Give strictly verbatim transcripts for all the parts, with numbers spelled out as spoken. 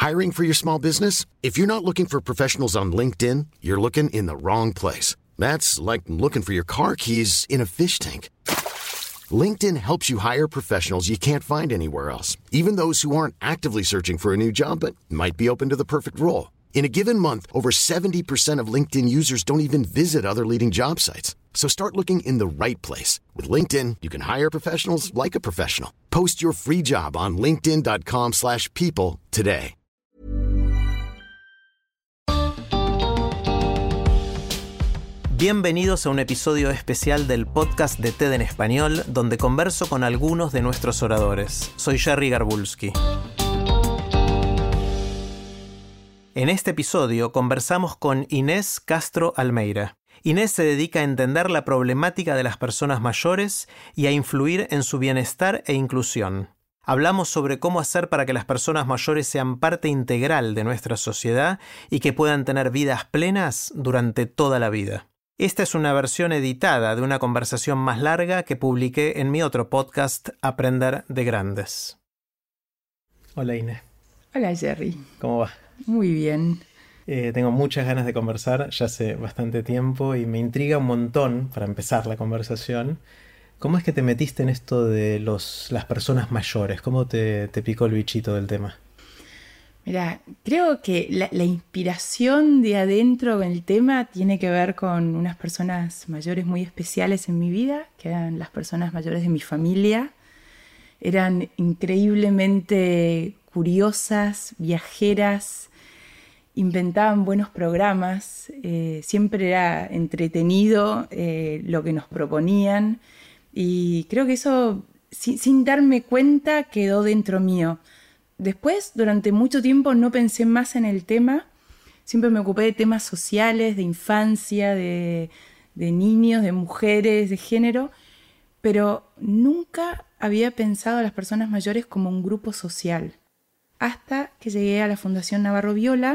Hiring for your small business? If you're not looking for professionals on LinkedIn, you're looking in the wrong place. That's like looking for your car keys in a fish tank. LinkedIn helps you hire professionals you can't find anywhere else, even those who aren't actively searching for a new job but might be open to the perfect role. In a given month, over seventy percent of LinkedIn users don't even visit other leading job sites. So start looking in the right place. With LinkedIn, you can hire professionals like a professional. Post your free job on linkedin dot com slash people today. Bienvenidos a un episodio especial del podcast de TED en Español, donde converso con algunos de nuestros oradores. Soy Jerry Garbulski. En este episodio conversamos con Inés Castro Almeida. Inés se dedica a entender la problemática de las personas mayores y a influir en su bienestar e inclusión. Hablamos sobre cómo hacer para que las personas mayores sean parte integral de nuestra sociedad y que puedan tener vidas plenas durante toda la vida. Esta es una versión editada de una conversación más larga que publiqué en mi otro podcast, Aprender de Grandes. Hola Inés. Hola Jerry. ¿Cómo va? Muy bien. Eh, tengo muchas ganas de conversar ya hace bastante tiempo y me intriga un montón, para empezar la conversación, ¿cómo es que te metiste en esto de los, las personas mayores? ¿Cómo te, te picó el bichito del tema? Mira, creo que la, la inspiración de adentro con el tema tiene que ver con unas personas mayores muy especiales en mi vida, que eran las personas mayores de mi familia. Eran increíblemente curiosas, viajeras, inventaban buenos programas, eh, siempre era entretenido eh, lo que nos proponían y creo que eso, sin, sin darme cuenta, quedó dentro mío. Después, durante mucho tiempo no pensé más en el tema, siempre me ocupé de temas sociales, de infancia, de, de niños, de mujeres, de género, pero nunca había pensado a las personas mayores como un grupo social. Hasta que llegué a la Fundación Navarro Viola,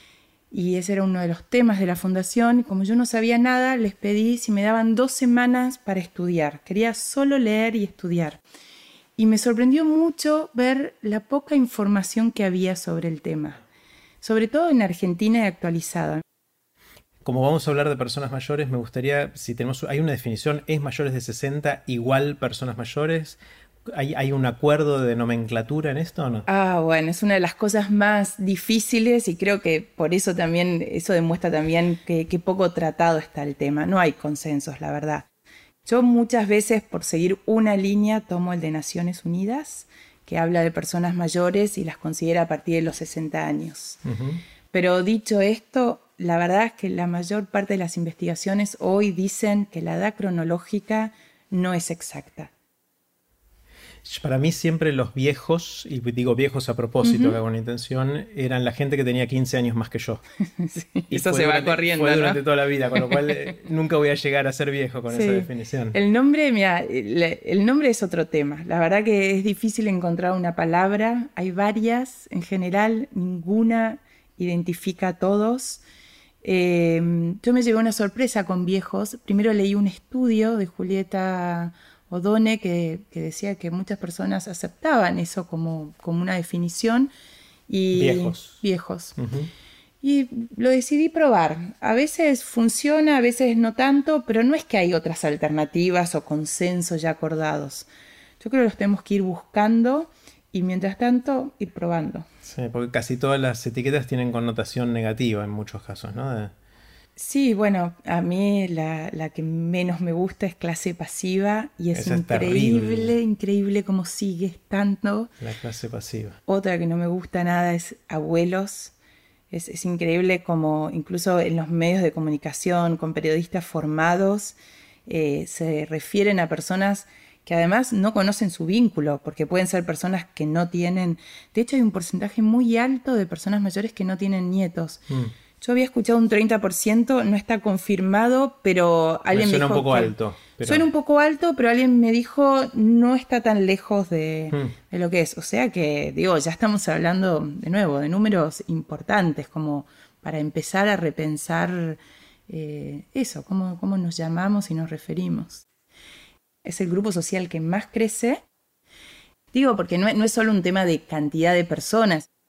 y ese era uno de los temas de la fundación. Como yo no sabía nada, les pedí si me daban dos semanas para estudiar. Quería solo leer y estudiar. Y me sorprendió mucho ver la poca información que había sobre el tema, sobre todo en Argentina y actualizada. Como vamos a hablar de personas mayores, me gustaría, si tenemos, hay una definición, ¿es mayores de sesenta igual personas mayores? ¿Hay, ¿Hay un acuerdo de nomenclatura en esto o no? Ah, bueno, es una de las cosas más difíciles y creo que por eso también, eso demuestra también que, que poco tratado está el tema. No hay consensos, la verdad. Yo muchas veces, por seguir una línea, tomo el de Naciones Unidas, que habla de personas mayores y las considera a partir de los sesenta años. Uh-huh. Pero dicho esto, la verdad es que la mayor parte de las investigaciones hoy dicen que la edad cronológica no es exacta. Para mí siempre los viejos, y digo viejos a propósito, uh-huh, que hago una intención, eran la gente que tenía quince años más que yo. Sí, y eso se durante, va corriendo, fue ¿no? durante toda la vida, con lo cual eh, nunca voy a llegar a ser viejo con sí. esa definición. El nombre, mira, el, el nombre es otro tema. La verdad que es difícil encontrar una palabra. Hay varias, en general, ninguna identifica a todos. Eh, yo me llevé una sorpresa con viejos. Primero leí un estudio de Julieta Odone que, que decía que muchas personas aceptaban eso como, como una definición. Y viejos. Viejos. Uh-huh. Y lo decidí probar. A veces funciona, a veces no tanto, pero no es que hay otras alternativas o consensos ya acordados. Yo creo que los tenemos que ir buscando y mientras tanto ir probando. Sí, porque casi todas las etiquetas tienen connotación negativa en muchos casos, ¿no? De... Sí, bueno, a mí la, la que menos me gusta es clase pasiva y es Esa increíble, es increíble cómo sigue estando. La clase pasiva. Otra que no me gusta nada es abuelos. Es, es increíble como incluso en los medios de comunicación, con periodistas formados, eh, se refieren a personas que además no conocen su vínculo, porque pueden ser personas que no tienen... De hecho, hay un porcentaje muy alto de personas mayores que no tienen nietos. Mm. Yo había escuchado un treinta por ciento, no está confirmado, pero alguien me, suena dijo... un poco que alto. Pero... Suena un poco alto, pero alguien me dijo no está tan lejos de, hmm. de lo que es. O sea que, digo, ya estamos hablando de nuevo de números importantes, como para empezar a repensar eh, eso, cómo, cómo nos llamamos y nos referimos. Es el grupo social que más crece. Digo, porque no, no es solo un tema de cantidad de personas.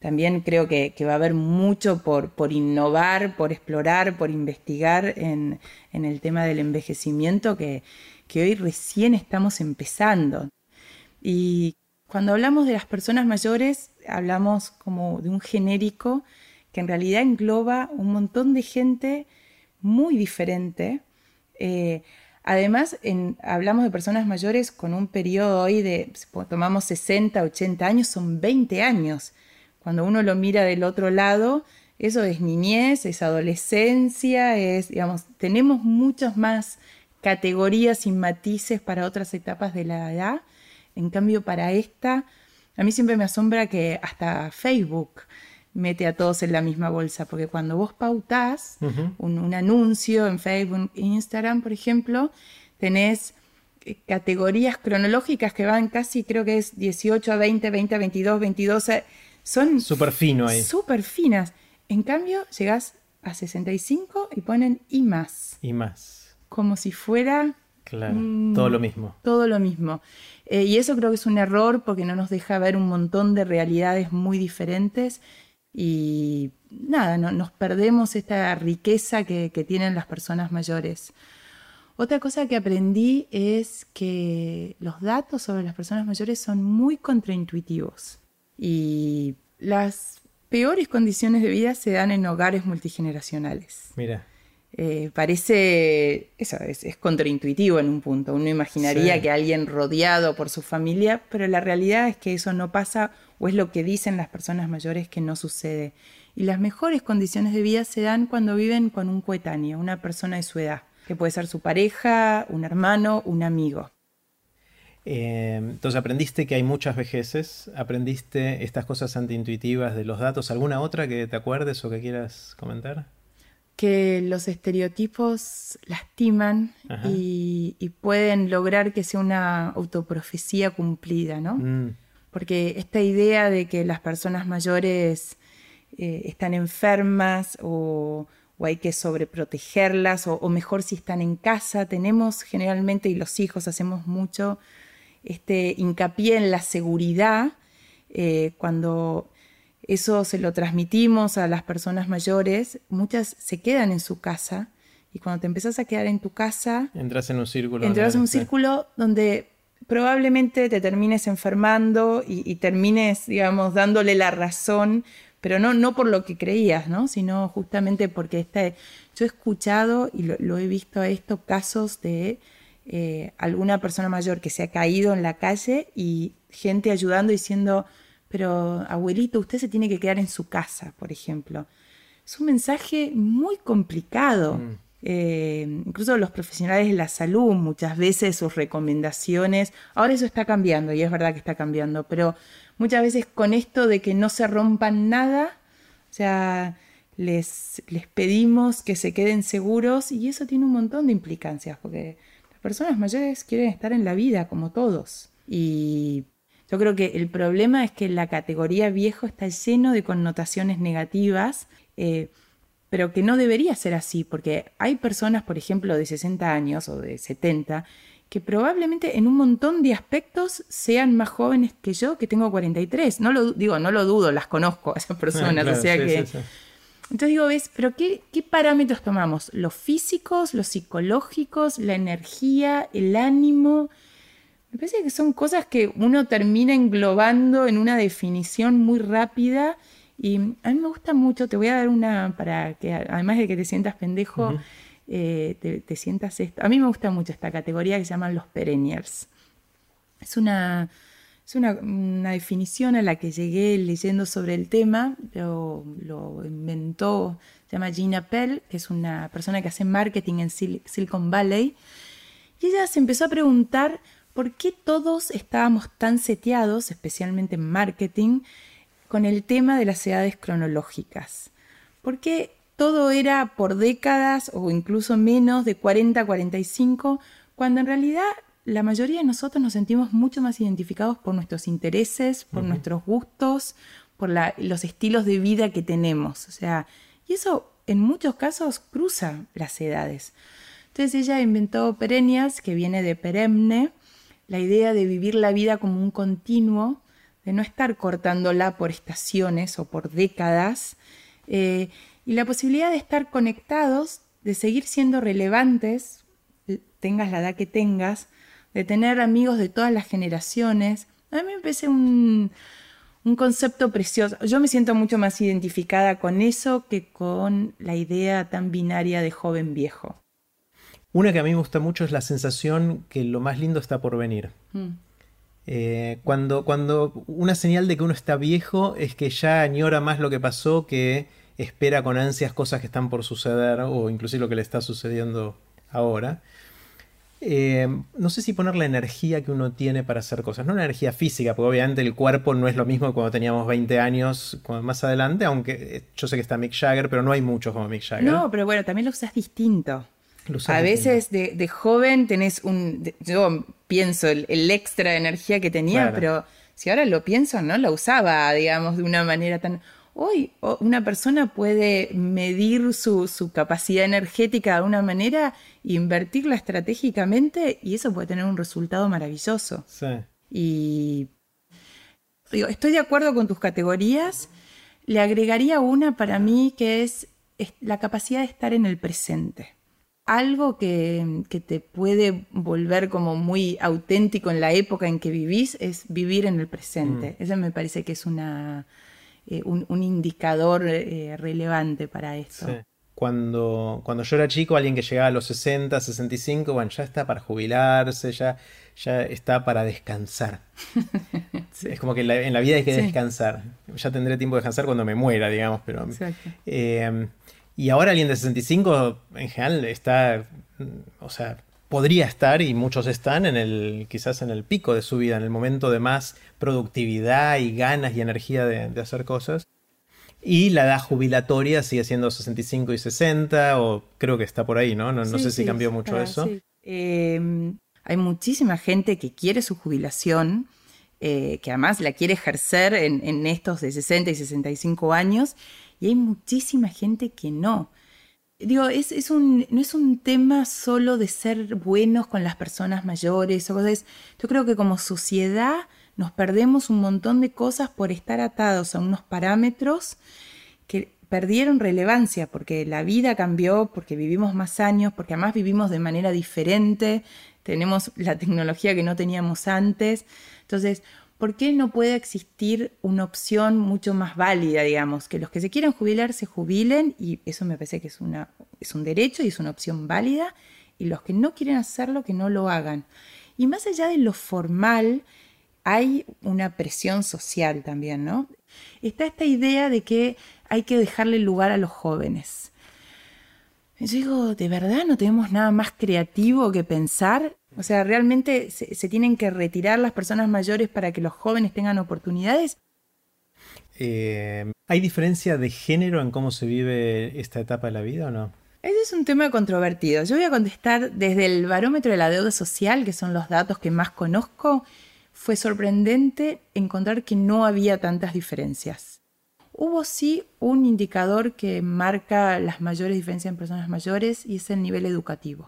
También creo que, que va a haber mucho por, por innovar, por explorar, por investigar en, en el tema del envejecimiento que, que hoy recién estamos empezando. Y cuando hablamos de las personas mayores, hablamos como de un genérico que en realidad engloba un montón de gente muy diferente. Eh, además, en, hablamos de personas mayores con un periodo hoy de, si tomamos sesenta, ochenta años, son veinte años. Cuando uno lo mira del otro lado, eso es niñez, es adolescencia, es, digamos, tenemos muchas más categorías y matices para otras etapas de la edad. En cambio, para esta, a mí siempre me asombra que hasta Facebook mete a todos en la misma bolsa, porque cuando vos pautás uh-huh. un, un anuncio en Facebook e Instagram, por ejemplo, tenés categorías cronológicas que van casi, creo que es dieciocho a veinte, veinte a veintidós, veintidós a... Son súper fino ahí. Súper finas. En cambio, llegás a sesenta y cinco y ponen y más. Y más. Como si fuera... Claro, mmm, todo lo mismo. Todo lo mismo. Eh, y eso creo que es un error porque no nos deja ver un montón de realidades muy diferentes y nada, no, nos perdemos esta riqueza que, que tienen las personas mayores. Otra cosa que aprendí es que los datos sobre las personas mayores son muy contraintuitivos. Y las peores condiciones de vida se dan en hogares multigeneracionales. Mira. Eh, parece, eso es, es contraintuitivo en un punto. Uno imaginaría sí. que alguien rodeado por su familia, pero la realidad es que eso no pasa, o es lo que dicen las personas mayores que no sucede. Y las mejores condiciones de vida se dan cuando viven con un coetáneo, una persona de su edad, que puede ser su pareja, un hermano, un amigo. Eh, entonces aprendiste que hay muchas vejeces, aprendiste estas cosas antiintuitivas de los datos. ¿Alguna otra que te acuerdes o que quieras comentar? Que los estereotipos lastiman y, y pueden lograr que sea una autoprofecía cumplida, ¿no? Mm. Porque esta idea de que las personas mayores eh, están enfermas o, o hay que sobreprotegerlas o, o mejor si están en casa, tenemos generalmente, y los hijos hacemos mucho, este hincapié en la seguridad eh, cuando eso se lo transmitimos a las personas mayores, muchas se quedan en su casa y cuando te empezás a quedar en tu casa entras en un círculo entras en un círculo donde probablemente te termines enfermando y, y termines, digamos, dándole la razón, pero no, no por lo que creías, ¿no? Sino justamente porque este, yo he escuchado y lo, lo he visto a esto, casos de Eh, alguna persona mayor que se ha caído en la calle y gente ayudando diciendo, pero abuelito, usted se tiene que quedar en su casa, por ejemplo. Es un mensaje muy complicado. Mm. Eh, incluso los profesionales de la salud, muchas veces sus recomendaciones, ahora eso está cambiando y es verdad que está cambiando, pero muchas veces con esto de que no se rompan nada, o sea, les, les pedimos que se queden seguros y eso tiene un montón de implicancias, porque personas mayores quieren estar en la vida como todos. Y yo creo que el problema es que la categoría viejo está lleno de connotaciones negativas, eh, pero que no debería ser así, porque hay personas, por ejemplo, de sesenta años o de setenta, que probablemente en un montón de aspectos sean más jóvenes que yo, que tengo cuarenta y tres. No lo digo, no lo dudo, las conozco a esas personas, ah, claro, o sea sí, que... Sí, sí. Entonces digo, ¿ves? ¿Pero qué, qué parámetros tomamos? ¿Los físicos, los psicológicos, la energía, el ánimo? Me parece que son cosas que uno termina englobando en una definición muy rápida y a mí me gusta mucho, te voy a dar una para que además de que te sientas pendejo, uh-huh. eh, te, te sientas esto. A mí me gusta mucho esta categoría que se llaman los perennials. Es una... Es una, una definición a la que llegué leyendo sobre el tema, lo, lo inventó, se llama Jean Appel, que es una persona que hace marketing en Sil- Silicon Valley, y ella se empezó a preguntar por qué todos estábamos tan seteados, especialmente en marketing, con el tema de las edades cronológicas. ¿Por qué todo era por décadas o incluso menos de cuarenta a cuarenta y cinco, cuando en realidad la mayoría de nosotros nos sentimos mucho más identificados por nuestros intereses, por uh-huh. nuestros gustos, por la, los estilos de vida que tenemos. O sea, y eso en muchos casos cruza las edades. Entonces ella inventó perennials, que viene de perenne, la idea de vivir la vida como un continuo, de no estar cortándola por estaciones o por décadas, eh, y la posibilidad de estar conectados, de seguir siendo relevantes, tengas la edad que tengas, de tener amigos de todas las generaciones. A mí me parece un, un concepto precioso. Yo me siento mucho más identificada con eso que con la idea tan binaria de joven-viejo. Una que a mí me gusta mucho es la sensación que lo más lindo está por venir. Mm. Eh, cuando, cuando una señal de que uno está viejo es que ya añora más lo que pasó, que espera con ansias cosas que están por suceder o inclusive lo que le está sucediendo ahora. Eh, no sé si poner la energía que uno tiene para hacer cosas, no una energía física, porque obviamente el cuerpo no es lo mismo que cuando teníamos veinte años más adelante, aunque yo sé que está Mick Jagger, pero no hay muchos como Mick Jagger. No, pero bueno, también lo usas distinto. Lo usas a distinto. Veces de, de joven tenés un... De, yo pienso el, el extra de energía que tenía, claro. Pero si ahora lo pienso, no lo usaba, digamos, de una manera tan... Hoy una persona puede medir su, su capacidad energética de una manera, invertirla estratégicamente y eso puede tener un resultado maravilloso. Sí. Y digo, estoy de acuerdo con tus categorías. Le agregaría una para mí que es, es la capacidad de estar en el presente. Algo que, que te puede volver como muy auténtico en la época en que vivís es vivir en el presente. Mm. Eso me parece que es una... Eh, un, un indicador eh, relevante para esto. Sí. Cuando, cuando yo era chico, alguien que llegaba a los sesenta, sesenta y cinco, bueno, ya está para jubilarse, ya, ya está para descansar. Sí. Es como que en la, en la vida hay que sí. descansar. Ya tendré tiempo de descansar cuando me muera, digamos. Pero, eh, y ahora alguien de sesenta y cinco, en general, está, o sea, podría estar, y muchos están, en el quizás en el pico de su vida, en el momento de más productividad y ganas y energía de, de hacer cosas. Y la edad jubilatoria sigue siendo sesenta y cinco y sesenta, o creo que está por ahí, ¿no? No, no sí, sé si sí, cambió mucho para, eso. Sí. Eh, hay muchísima gente que quiere su jubilación, eh, que además la quiere ejercer en, en estos de sesenta y sesenta y cinco años, y hay muchísima gente que no. Digo, es, es un, no es un tema solo de ser buenos con las personas mayores o cosas. Yo creo que como sociedad nos perdemos un montón de cosas por estar atados a unos parámetros que perdieron relevancia porque la vida cambió, porque vivimos más años, porque además vivimos de manera diferente, tenemos la tecnología que no teníamos antes. Entonces, ¿por qué no puede existir una opción mucho más válida, digamos? Que los que se quieran jubilar se jubilen, y eso me parece que es, una, es un derecho y es una opción válida, y los que no quieren hacerlo, que no lo hagan. Y más allá de lo formal, hay una presión social también, ¿no? Está esta idea de que hay que dejarle lugar a los jóvenes. Yo digo, ¿de verdad no tenemos nada más creativo que pensar? O sea, ¿realmente se, se tienen que retirar las personas mayores para que los jóvenes tengan oportunidades? Eh, ¿Hay diferencia de género en cómo se vive esta etapa de la vida o no? Ese es un tema controvertido. Yo voy a contestar desde el barómetro de la deuda social, que son los datos que más conozco. Fue sorprendente encontrar que no había tantas diferencias. Hubo sí un indicador que marca las mayores diferencias en personas mayores y es el nivel educativo.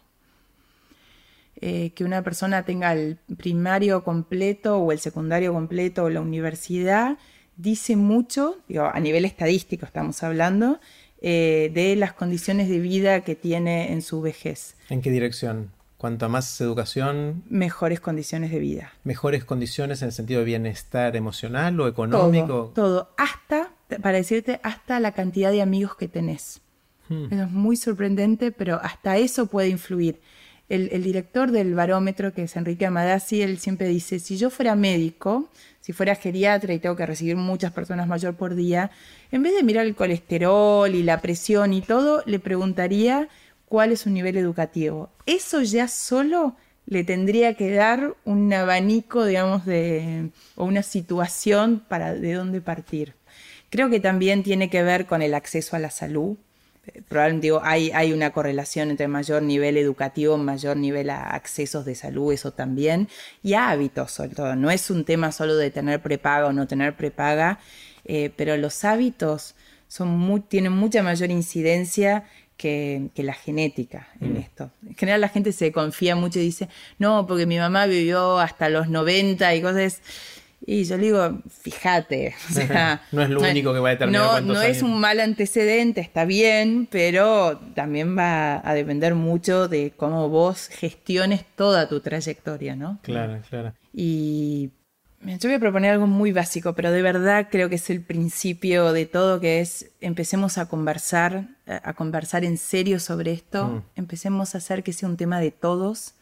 Eh, que una persona tenga el primario completo o el secundario completo o la universidad dice mucho, digo, a nivel estadístico estamos hablando, eh, de las condiciones de vida que tiene en su vejez. ¿En qué dirección? Cuanto más educación... Mejores condiciones de vida. ¿Mejores condiciones en el sentido de bienestar emocional o económico? Todo, todo. Hasta, para decirte, hasta la cantidad de amigos que tenés. Hmm. Eso es muy sorprendente, pero hasta eso puede influir. El, el director del barómetro, que es Enrique Amadasi, él siempre dice, si yo fuera médico, si fuera geriatra y tengo que recibir muchas personas mayor por día, en vez de mirar el colesterol y la presión y todo, le preguntaría cuál es su nivel educativo. Eso ya solo le tendría que dar un abanico, digamos, de, o una situación para de dónde partir. Creo que también tiene que ver con el acceso a la salud. Probablemente digo, hay, hay una correlación entre mayor nivel educativo, mayor nivel a accesos de salud, eso también, y a hábitos sobre todo. No es un tema solo de tener prepaga o no tener prepaga, eh, pero los hábitos son muy, tienen mucha mayor incidencia que, que la genética en mm. esto. En general la gente se confía mucho y dice, no, porque mi mamá vivió hasta los noventa y cosas, Y yo le digo, fíjate, o sea, no es lo único que va a determinar no, cuántos no años. es un mal antecedente, está bien, pero también va a depender mucho de cómo vos gestiones toda tu trayectoria, ¿no? Claro, claro. Y yo voy a proponer algo muy básico, pero de verdad creo que es el principio de todo, que es empecemos a conversar, a conversar en serio sobre esto, mm. empecemos a hacer que sea un tema de todos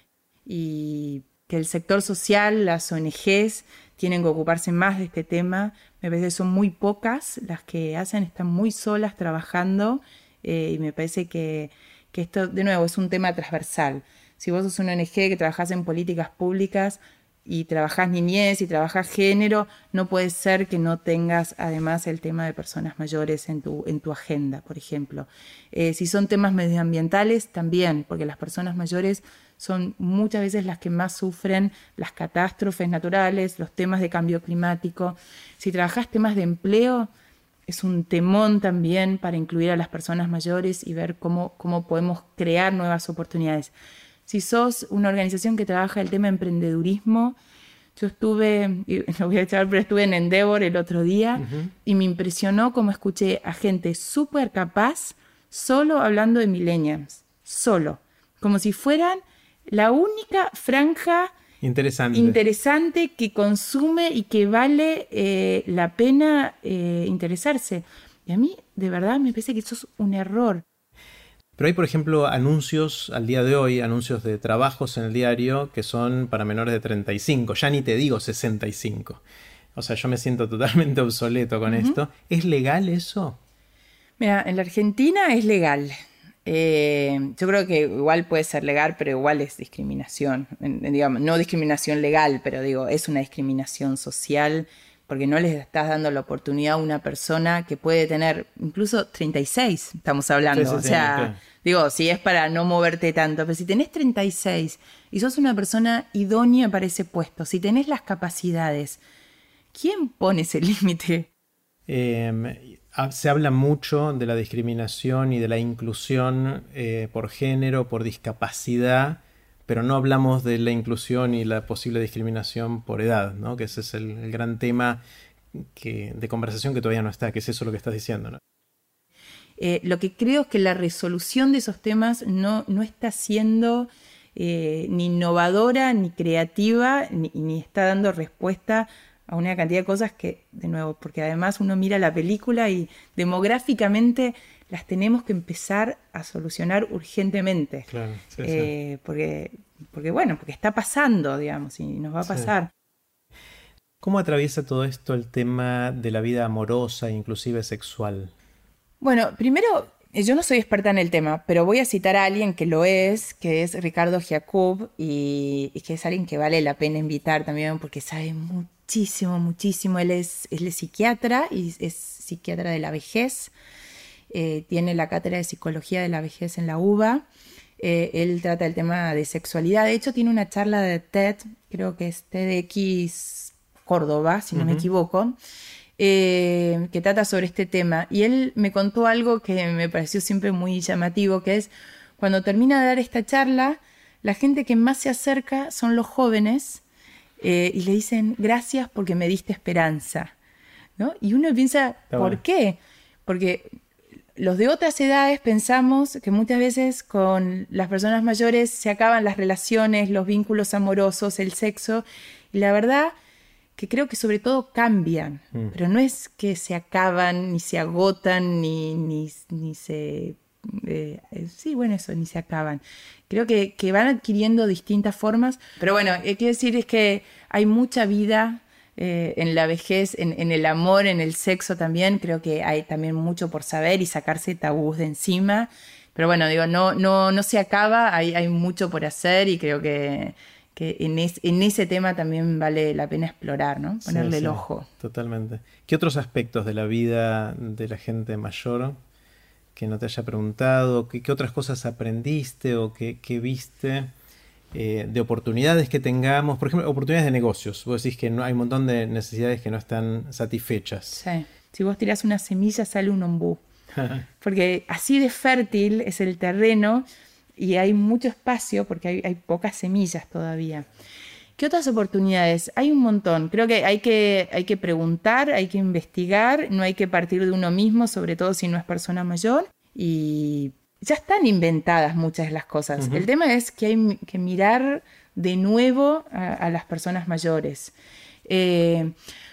y que el sector social, las O N Ges, tienen que ocuparse más de este tema. Me parece que son muy pocas las que hacen, están muy solas trabajando eh, y me parece que, que esto, de nuevo, es un tema transversal. Si vos sos una O N Ge que trabajás en políticas públicas y trabajás niñez y trabajás género, no puede ser que no tengas además el tema de personas mayores en tu, en tu agenda, por ejemplo. Eh, si son temas medioambientales, también, porque las personas mayores son muchas veces las que más sufren las catástrofes naturales, los temas de cambio climático. Si trabajás temas de empleo, es un temón también para incluir a las personas mayores y ver cómo, cómo podemos crear nuevas oportunidades. Si sos una organización que trabaja el tema de emprendedurismo, yo estuve, lo voy a echar, pero estuve en Endeavor el otro día uh-huh. y me impresionó cómo escuché a gente súper capaz solo hablando de millennials, solo, como si fueran la única franja interesante, interesante que consume y que vale eh, la pena eh, interesarse. Y a mí, de verdad, me parece que eso es un error. Pero hay, por ejemplo, anuncios al día de hoy, anuncios de trabajos en el diario que son para menores de treinta y cinco, ya ni te digo sesenta y cinco. O sea, yo me siento totalmente obsoleto con uh-huh. esto. ¿Es legal eso? Mira, en la Argentina es legal. Eh, yo creo que igual puede ser legal, pero igual es discriminación. En, en, digamos, no discriminación legal, pero digo, es una discriminación social, porque no les estás dando la oportunidad a una persona que puede tener incluso treinta y seis, estamos hablando. Sí, sí, o sea, sí, okay. Digo, si es para no moverte tanto, pero si tenés treinta y seis y sos una persona idónea para ese puesto, si tenés las capacidades, ¿quién pone ese límite? Eh, se habla mucho de la discriminación y de la inclusión eh, por género, por discapacidad, pero no hablamos de la inclusión y la posible discriminación por edad, ¿no? Que ese es el, el gran tema que, de conversación que todavía no está, que es eso lo que estás diciendo, ¿no? Eh, lo que creo es que la resolución de esos temas no, no está siendo eh, ni innovadora, ni creativa, ni, ni está dando respuesta a una cantidad de cosas que, de nuevo, porque además uno mira la película y demográficamente las tenemos que empezar a solucionar urgentemente. Claro, sí, eh, sí. Porque, porque, bueno, porque está pasando, digamos, y nos va a pasar. Sí. ¿Cómo atraviesa todo esto el tema de la vida amorosa, inclusive sexual? Bueno, primero, yo no soy experta en el tema, pero voy a citar a alguien que lo es, que es Ricardo Giacub, y, y que es alguien que vale la pena invitar también porque sabe muchísimo, muchísimo. Él es, él es psiquiatra y es psiquiatra de la vejez. Eh, tiene la cátedra de psicología de la vejez en la UBA. Eh, él trata el tema de sexualidad. De hecho, tiene una charla de TED, creo que es TEDx Córdoba, si no uh-huh. me equivoco, eh, que trata sobre este tema. Y él me contó algo que me pareció siempre muy llamativo, que es cuando termina de dar esta charla, la gente que más se acerca son los jóvenes eh, y le dicen gracias porque me diste esperanza, ¿no? Y uno piensa, Está ¿por bueno. qué? Porque los de otras edades pensamos que muchas veces con las personas mayores se acaban las relaciones, los vínculos amorosos, el sexo, y la verdad que creo que sobre todo cambian, mm. pero no es que se acaban, ni se agotan, ni, ni, ni se... Eh, eh, sí, bueno, eso, ni se acaban. Creo que, que van adquiriendo distintas formas, pero bueno, eh, quiero decir es que hay mucha vida eh, en la vejez, en, en el amor, en el sexo también. Creo que hay también mucho por saber y sacarse tabús de encima, pero bueno, digo, no, no, no se acaba, hay, hay mucho por hacer y creo que que en, es, en ese tema también vale la pena explorar, ¿no? Ponerle sí, el sí, ojo. Totalmente. ¿Qué otros aspectos de la vida de la gente mayor que no te haya preguntado? ¿Qué, qué otras cosas aprendiste o qué, qué viste eh, de oportunidades que tengamos? Por ejemplo, oportunidades de negocios. Vos decís que no, hay un montón de necesidades que no están satisfechas. Sí. Si vos tirás una semilla, sale un ombú. Porque así de fértil es el terreno y hay mucho espacio porque hay, hay pocas semillas todavía. ¿Qué otras oportunidades? Hay un montón. Creo que hay que, hay que preguntar, hay que investigar, no hay que partir de uno mismo, sobre todo si no es persona mayor. Y ya están inventadas muchas de las cosas. Uh-huh. El tema es que hay que mirar de nuevo a, a las personas mayores. Eh,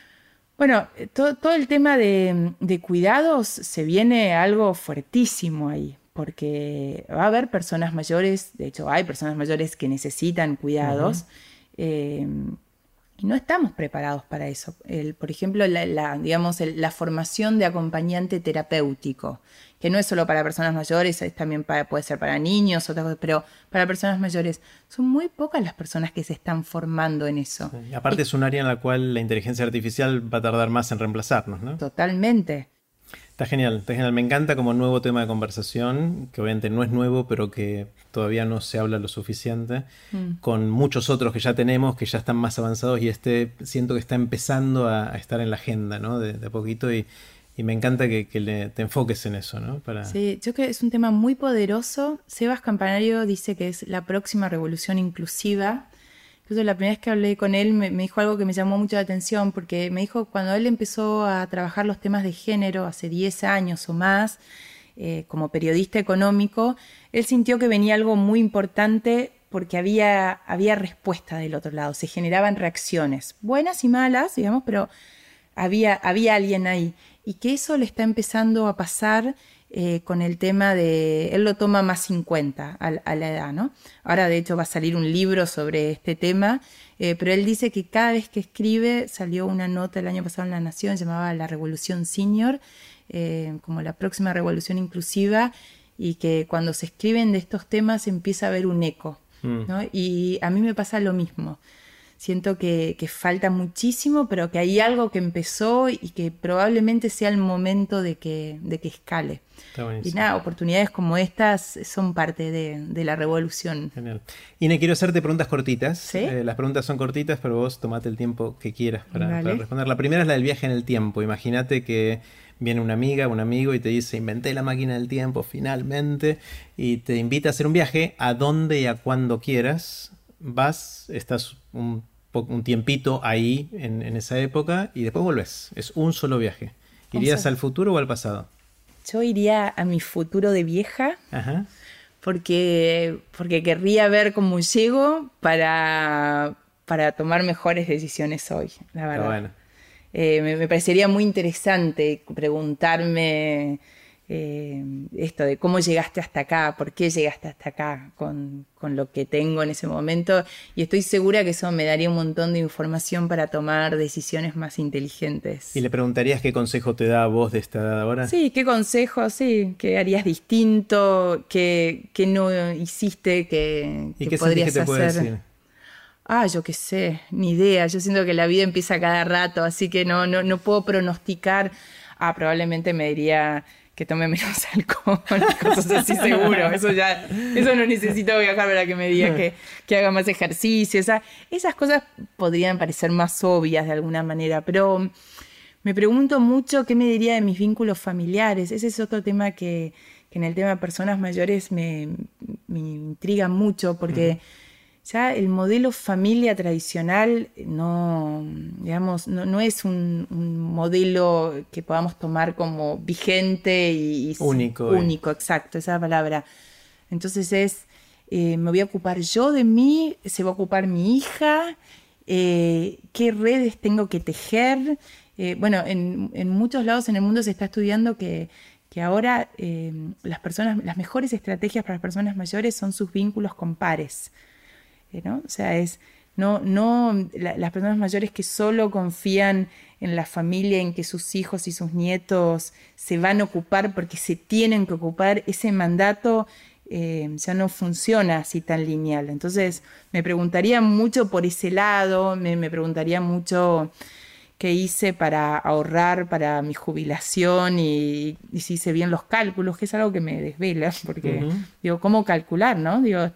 bueno, todo, todo el tema de, de cuidados se viene algo fuertísimo ahí. Porque va a haber personas mayores, de hecho hay personas mayores que necesitan cuidados. Uh-huh. Eh, y no estamos preparados para eso. El, por ejemplo, la, la, digamos, el, la formación de acompañante terapéutico, que no es solo para personas mayores, es también para, puede ser para niños, otras cosas, pero para personas mayores son muy pocas las personas que se están formando en eso. Sí, y aparte y, es un área en la cual la inteligencia artificial va a tardar más en reemplazarnos, ¿no? Totalmente. Está genial, está genial. Me encanta como nuevo tema de conversación, que obviamente no es nuevo, pero que todavía no se habla lo suficiente, mm. con muchos otros que ya tenemos, que ya están más avanzados, y este siento que está empezando a, a estar en la agenda, ¿no? De, de a poquito, y, y me encanta que, que le, te enfoques en eso, ¿no? Para... Sí, yo creo que es un tema muy poderoso. Sebas Campanario dice que es la próxima revolución inclusiva. Incluso la primera vez que hablé con él me, me dijo algo que me llamó mucho la atención, porque me dijo cuando él empezó a trabajar los temas de género hace diez años o más, eh, como periodista económico, él sintió que venía algo muy importante porque había, había respuesta del otro lado, se generaban reacciones, buenas y malas, digamos, pero había, había alguien ahí. Y que eso le está empezando a pasar Eh, con el tema de... Él lo toma más cincuenta a, a la edad, ¿no? Ahora, de hecho, va a salir un libro sobre este tema, eh, pero él dice que cada vez que escribe, salió una nota el año pasado en La Nación, llamaba La Revolución Senior, eh, como la próxima revolución inclusiva, y que cuando se escriben de estos temas empieza a haber un eco, mm. ¿no? Y a mí me pasa lo mismo. Siento que, que falta muchísimo, pero que hay algo que empezó y que probablemente sea el momento de que, de que escale. Y nada, oportunidades como estas son parte de, de la revolución. Genial. Ine, quiero hacerte preguntas cortitas. ¿Sí? Eh, las preguntas son cortitas, pero vos tomate el tiempo que quieras para, vale. para responder. La primera es la del viaje en el tiempo. Imagínate que viene una amiga, un amigo y te dice, inventé la máquina del tiempo finalmente, y te invita a hacer un viaje a donde y a cuando quieras. Vas, estás un, un tiempito ahí en, en esa época y después volvés. Es un solo viaje. ¿Irías o sea, al futuro o al pasado? Yo iría a mi futuro de vieja. Ajá. Porque, porque querría ver cómo llego para, para tomar mejores decisiones hoy, la verdad. Bueno. Eh, me, me parecería muy interesante preguntarme eh, esto de cómo llegaste hasta acá, por qué llegaste hasta acá con, con lo que tengo en ese momento, y estoy segura que eso me daría un montón de información para tomar decisiones más inteligentes. ¿Y le preguntarías qué consejo te da a vos de esta edad ahora? Sí, qué consejo, sí, qué harías distinto, qué, qué no hiciste que, ¿Y que qué podrías que te hacer. Puede decir? Ah, yo qué sé, ni idea. Yo siento que la vida empieza cada rato, así que no, no, no puedo pronosticar. Ah, probablemente me diría que tome menos alcohol, cosas así seguro. Eso ya, eso no necesito viajar para que me diga que, que haga más ejercicio. Esa, esas cosas podrían parecer más obvias de alguna manera, pero me pregunto mucho qué me diría de mis vínculos familiares. Ese es otro tema que, que en el tema de personas mayores me, me intriga mucho, porque mm. ya el modelo familia tradicional no, digamos, no, no es un, un modelo que podamos tomar como vigente y, y único. Único, eh. exacto, esa palabra. Entonces es, eh, me voy a ocupar yo de mí, se va a ocupar mi hija, eh, qué redes tengo que tejer. Eh, bueno, en, en muchos lados en el mundo se está estudiando que, que ahora eh, las personas, las mejores estrategias para las personas mayores son sus vínculos con pares. ¿No? O sea, es no, no la, las personas mayores que solo confían en la familia, en que sus hijos y sus nietos se van a ocupar porque se tienen que ocupar, ese mandato eh, ya no funciona así tan lineal. Entonces me preguntaría mucho por ese lado, me, me preguntaría mucho qué hice para ahorrar para mi jubilación y, y si hice bien los cálculos, que es algo que me desvela, porque uh-huh. digo, ¿cómo calcular, no? Digo...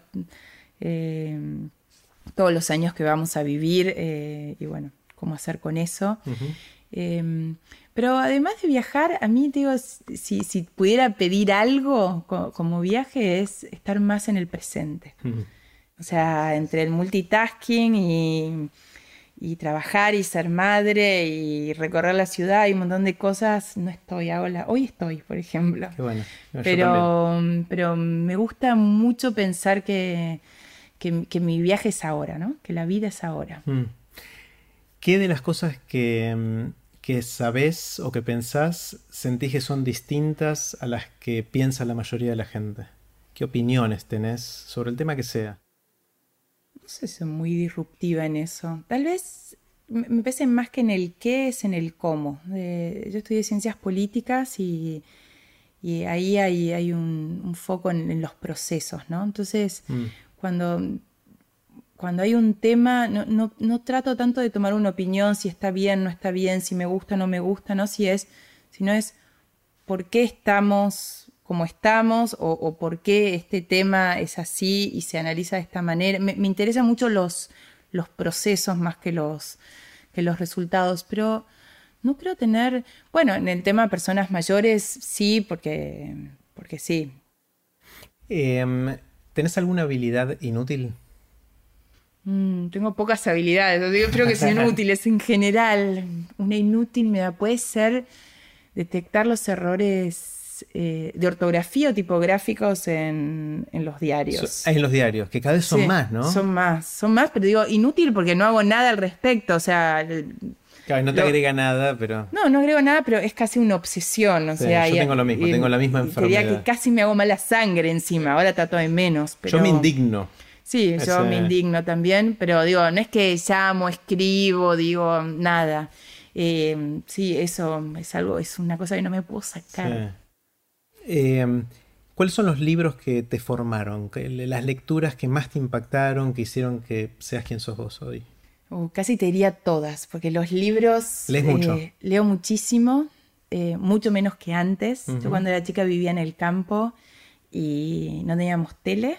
Eh, todos los años que vamos a vivir eh, y bueno, cómo hacer con eso. Uh-huh. Eh, pero además de viajar, a mí digo, si, si pudiera pedir algo co- como viaje es estar más en el presente. Uh-huh. O sea, entre el multitasking y, y trabajar y ser madre y recorrer la ciudad y un montón de cosas, no estoy, hago la... Hoy estoy, por ejemplo. Qué bueno. Yo pero, pero me gusta mucho pensar que, que, que mi viaje es ahora, ¿no? Que la vida es ahora. Mm. ¿Qué de las cosas que, que sabés o que pensás sentís que son distintas a las que piensa la mayoría de la gente? ¿Qué opiniones tenés sobre el tema que sea? No sé si soy muy disruptiva en eso. Tal vez me parece más que en el qué es en el cómo. Eh, yo estudié ciencias políticas y, y ahí hay, hay un, un foco en, en los procesos, ¿no? Entonces, mm. cuando... Cuando hay un tema, no, no, no trato tanto de tomar una opinión, si está bien, no está bien, si me gusta, no me gusta, no si es, sino es por qué estamos como estamos o, o por qué este tema es así y se analiza de esta manera. Me, me interesan mucho los, los procesos más que los, que los resultados, pero no creo tener... Bueno, en el tema de personas mayores sí, porque, porque sí. Eh, ¿Tenés alguna habilidad inútil? Mm, tengo pocas habilidades, yo creo que son inútiles en general. Una inútil me da, puede ser detectar los errores eh, de ortografía o tipográficos en, en los diarios. So, en los diarios, que cada vez son sí, más, ¿no? Son más, son más, pero digo inútil porque no hago nada al respecto, o sea... Claro, no te lo, agrega nada, pero... No, no agrego nada, pero es casi una obsesión, o sí, sea... Yo y, tengo lo mismo, y, tengo la misma enfermedad. Quería que casi me hago mala sangre encima, ahora trato de menos, pero... Yo me indigno. Sí, Ese... yo me indigno también, pero digo, no es que llamo, escribo, digo, nada. Eh, sí, eso es algo, es una cosa que no me puedo sacar. Sí. Eh, ¿Cuáles son los libros que te formaron? Las lecturas que más te impactaron, que hicieron que seas quien sos vos hoy. Uh, casi te diría todas, porque los libros... ¿Lees mucho? Eh, leo muchísimo, eh, mucho menos que antes. Uh-huh. Yo cuando era chica vivía en el campo y no teníamos tele.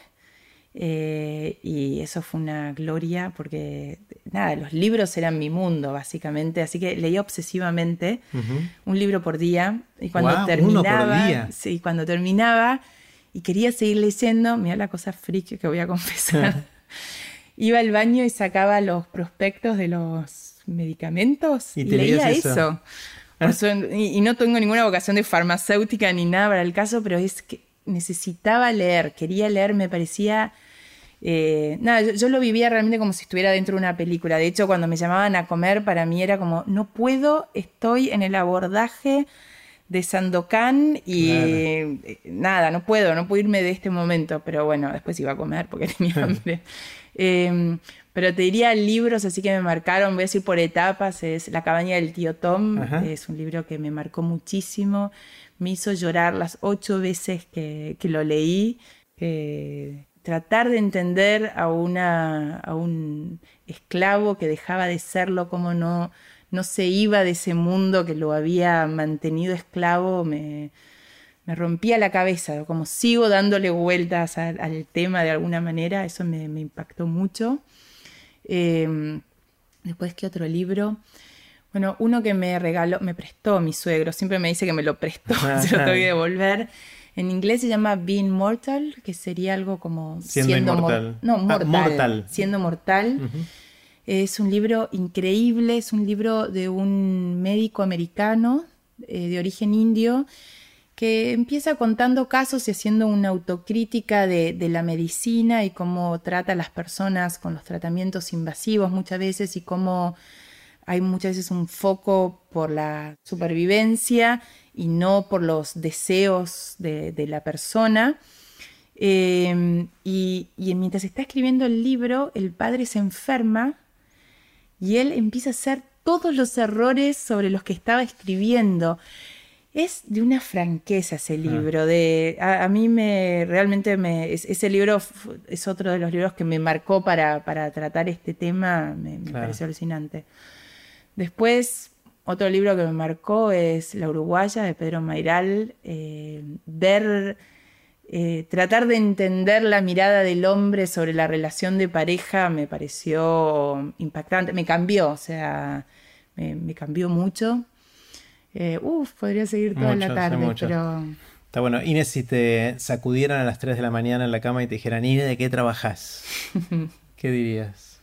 Eh, y eso fue una gloria porque nada, los libros eran mi mundo básicamente, así que leía obsesivamente uh-huh. un libro por día y cuando wow, terminaba uno por día. Sí, cuando terminaba y quería seguir leyendo, mira la cosa freak que voy a confesar iba al baño y sacaba los prospectos de los medicamentos y, y leía eso, eso. Por eso, y, y no tengo ninguna vocación de farmacéutica ni nada para el caso, pero es que necesitaba leer, quería leer, me parecía... Eh, nada, yo, yo lo vivía realmente como si estuviera dentro de una película. De hecho, cuando me llamaban a comer, para mí era como, no puedo, estoy en el abordaje de Sandokan y claro. eh, nada, no puedo, no puedo irme de este momento. Pero bueno, después iba a comer porque tenía hambre. eh, pero te diría libros así que me marcaron, voy a decir por etapas, es La cabaña del tío Tom, es un libro que me marcó muchísimo. Me hizo llorar las ocho veces que, que lo leí. Eh, tratar de entender a, una, a un esclavo que dejaba de serlo, cómo no, no se iba de ese mundo que lo había mantenido esclavo, me, me rompía la cabeza. Como sigo dándole vueltas al, al tema de alguna manera, eso me, me impactó mucho. Eh, después, ¿qué otro libro? Bueno, uno que me regaló, me prestó mi suegro, siempre me dice que me lo prestó, se lo tengo que devolver. En inglés se llama Being Mortal, que sería algo como... Siendo, siendo inmortal. Mor- no, mortal, ah, mortal. Siendo mortal. Uh-huh. Es un libro increíble, es un libro de un médico americano eh, de origen indio que empieza contando casos y haciendo una autocrítica de, de la medicina y cómo trata a las personas con los tratamientos invasivos muchas veces y cómo... Hay muchas veces un foco por la supervivencia y no por los deseos de, de la persona. Eh, y, y mientras está escribiendo el libro, el padre se enferma y él empieza a hacer todos los errores sobre los que estaba escribiendo. Es de una franqueza ese libro. De, a, a mí me realmente me, es, ese libro es otro de los libros que me marcó para, para tratar este tema. Me, me claro. pareció alucinante. Después, otro libro que me marcó es La Uruguaya, de Pedro Mairal. Eh, ver, eh, tratar de entender la mirada del hombre sobre la relación de pareja me pareció impactante. Me cambió, o sea, me, me cambió mucho. Eh, uf, podría seguir toda mucho, la tarde, sí, pero... Está bueno. Inés, si te sacudieran a las tres de la mañana en la cama y te dijeran, Inés, ¿de qué trabajás? ¿Qué dirías?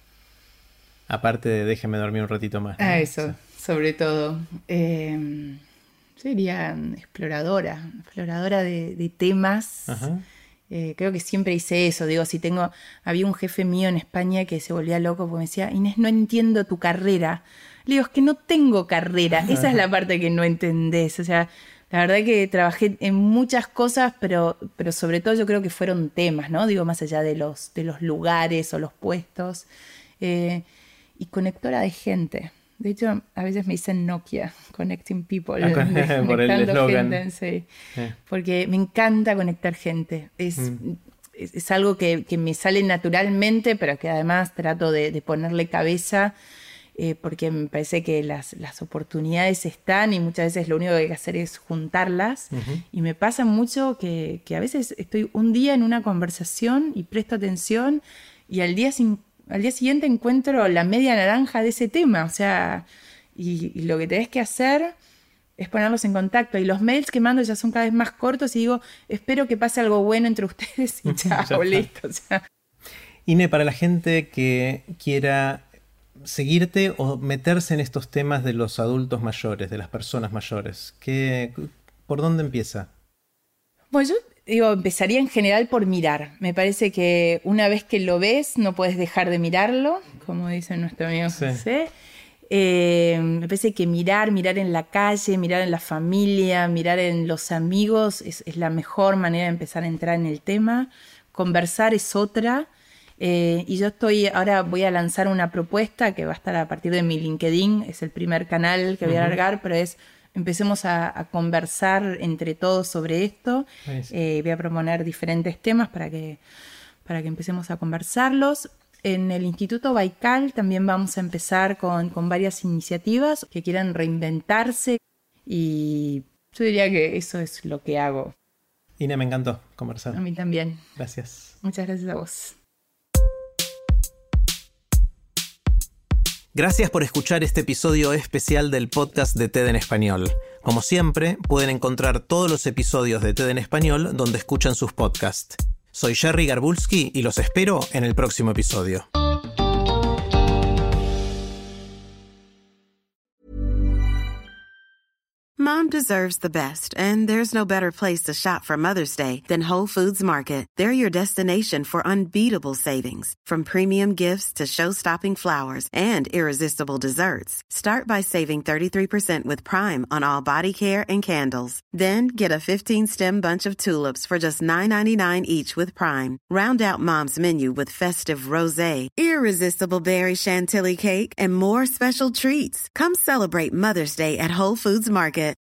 Aparte de déjeme dormir un ratito más, ¿no? Ah, eso, O sea, sobre todo. Eh, sería exploradora, exploradora de, de temas. Ajá. Eh, creo que siempre hice eso. Digo, si tengo... Había un jefe mío en España que se volvía loco porque me decía, Inés, no entiendo tu carrera. Le digo, es que no tengo carrera. Esa es la parte que no entendés. O sea, la verdad que trabajé en muchas cosas, pero, pero sobre todo yo creo que fueron temas, ¿no? Digo, más allá de los, de los lugares o los puestos. Eh, y conectora de gente. De hecho, a veces me dicen Nokia, Connecting People. Ah, con- de- por el conectando eslogan. gente, sí. Eh. Porque me encanta conectar gente. Es, Mm. es, es algo que, que me sale naturalmente, pero que además trato de, de ponerle cabeza, eh, porque me parece que las, las oportunidades están y muchas veces lo único que hay que hacer es juntarlas. Ujú. Y me pasa mucho que, que a veces estoy un día en una conversación y presto atención y al día, sin, al día siguiente encuentro la media naranja de ese tema. O sea, y, y lo que tenés que hacer es ponerlos en contacto. Y los mails que mando ya son cada vez más cortos y digo, espero que pase algo bueno entre ustedes y Ya chao, está. listo. O sea, Ine, para la gente que quiera seguirte o meterse en estos temas de los adultos mayores, de las personas mayores, ¿qué, ¿por dónde empieza? bueno, yo digo, empezaría en general por mirar. Me parece que una vez que lo ves, no puedes dejar de mirarlo, como dice nuestro amigo Sí. José. Eh, me parece que mirar, mirar en la calle, mirar en la familia, mirar en los amigos es, es la mejor manera de empezar a entrar en el tema. Conversar es otra. Eh, y yo estoy, ahora voy a lanzar una propuesta que va a estar a partir de mi LinkedIn, es el primer canal que voy a Ujú. largar, pero es empecemos a, a conversar entre todos sobre esto. Buenísimo. Eh, voy a proponer diferentes temas para que, para que empecemos a conversarlos. En el Instituto Baikal también vamos a empezar con, con varias iniciativas que quieran reinventarse y yo diría que eso es lo que hago. Ine, me encantó conversar. A mí también. Gracias. Muchas gracias a vos. Gracias por escuchar este episodio especial del podcast de TED en Español. Como siempre, pueden encontrar todos los episodios de TED en Español donde escuchan sus podcasts. Soy Jerry Garbulski y los espero en el próximo episodio. Mom deserves the best, and there's no better place to shop for Mother's Day than Whole Foods Market. They're your destination for unbeatable savings, from premium gifts to show-stopping flowers and irresistible desserts. Start by saving thirty-three percent with Prime on all body care and candles. Then get a fifteen-stem bunch of tulips for just nine ninety-nine each with Prime. Round out Mom's menu with festive rosé, irresistible berry chantilly cake, and more special treats. Come celebrate Mother's Day at Whole Foods Market.